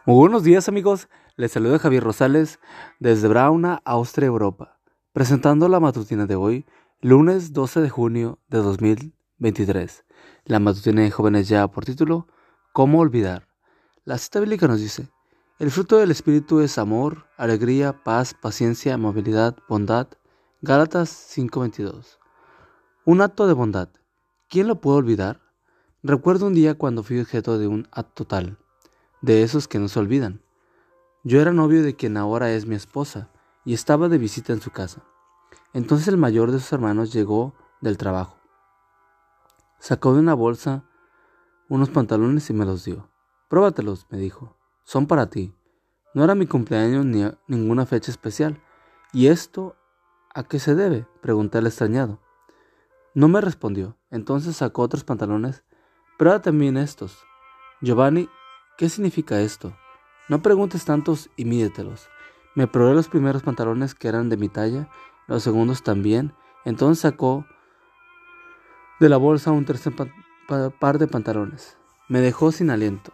Muy buenos días amigos, les saluda Javier Rosales desde Brauna, Austria, Europa, presentando la matutina de hoy, lunes 12 de junio de 2023. La matutina de jóvenes ya por título, ¿Cómo olvidar? La cita bíblica nos dice, el fruto del Espíritu es amor, alegría, paz, paciencia, amabilidad, bondad. Gálatas 5:22. Un acto de bondad, ¿quién lo puede olvidar? Recuerdo un día cuando fui objeto de un acto tal, de esos que no se olvidan. Yo era novio de quien ahora es mi esposa y estaba de visita en su casa. Entonces el mayor de sus hermanos llegó del trabajo. Sacó de una bolsa unos pantalones y me los dio. Pruébatelos, me dijo. Son para ti. No era mi cumpleaños ni ninguna fecha especial. ¿Y esto a qué se debe?, pregunté al extrañado. No me respondió. Entonces sacó otros pantalones. Prueba también estos. Giovanni, ¿qué significa esto? No preguntes tantos y mídetelos. Me probé los primeros pantalones que eran de mi talla, los segundos también. Entonces sacó de la bolsa un tercer par de pantalones. Me dejó sin aliento.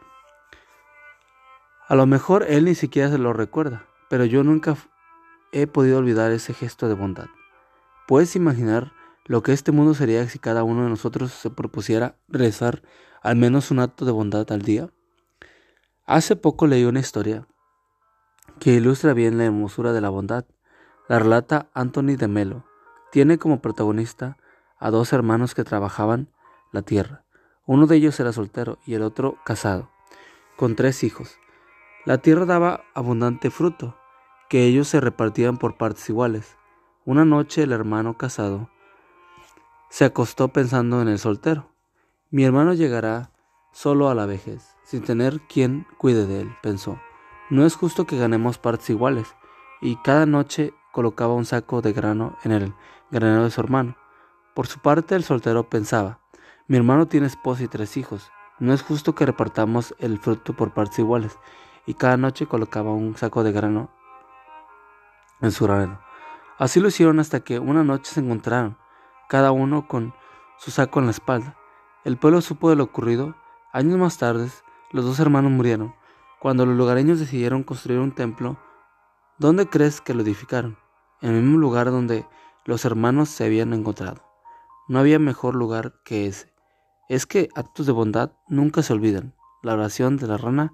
A lo mejor él ni siquiera se lo recuerda, pero yo nunca he podido olvidar ese gesto de bondad. ¿Puedes imaginar lo que este mundo sería si cada uno de nosotros se propusiera realizar al menos un acto de bondad al día? Hace poco leí una historia que ilustra bien la hermosura de la bondad. La relata Anthony de Melo. Tiene como protagonista a dos hermanos que trabajaban la tierra. Uno de ellos era soltero y el otro casado, con 3 hijos. La tierra daba abundante fruto, que ellos se repartían por partes iguales. Una noche el hermano casado se acostó pensando en el soltero. Mi hermano llegará solo a la vejez, sin tener quien cuide de él, pensó. No es justo que ganemos partes iguales. Y cada noche colocaba un saco de grano en el granero de su hermano. Por su parte, el soltero pensaba, mi hermano tiene esposa y 3 hijos. No es justo que repartamos el fruto por partes iguales. Y cada noche colocaba un saco de grano en su granero. Así lo hicieron hasta que una noche se encontraron, cada uno con su saco en la espalda. El pueblo supo de lo ocurrido. Años más tarde, los 2 hermanos murieron. Cuando los lugareños decidieron construir un templo, ¿dónde crees que lo edificaron? En el mismo lugar donde los hermanos se habían encontrado. No había mejor lugar que ese. Es que actos de bondad nunca se olvidan. La oración de la rana,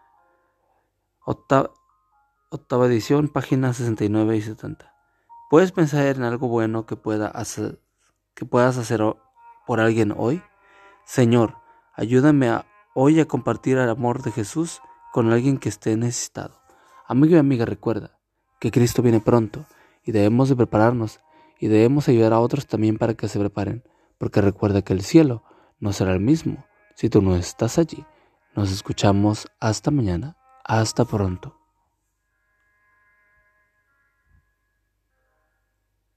octava edición, páginas 69 y 70. ¿Puedes pensar en algo bueno que puedas hacer por alguien hoy? Señor, ayúdame hoy a compartir el amor de Jesús con alguien que esté necesitado. Amigo y amiga, recuerda que Cristo viene pronto y debemos de prepararnos y debemos ayudar a otros también para que se preparen, porque recuerda que el cielo no será el mismo si tú no estás allí. Nos escuchamos hasta mañana. Hasta pronto.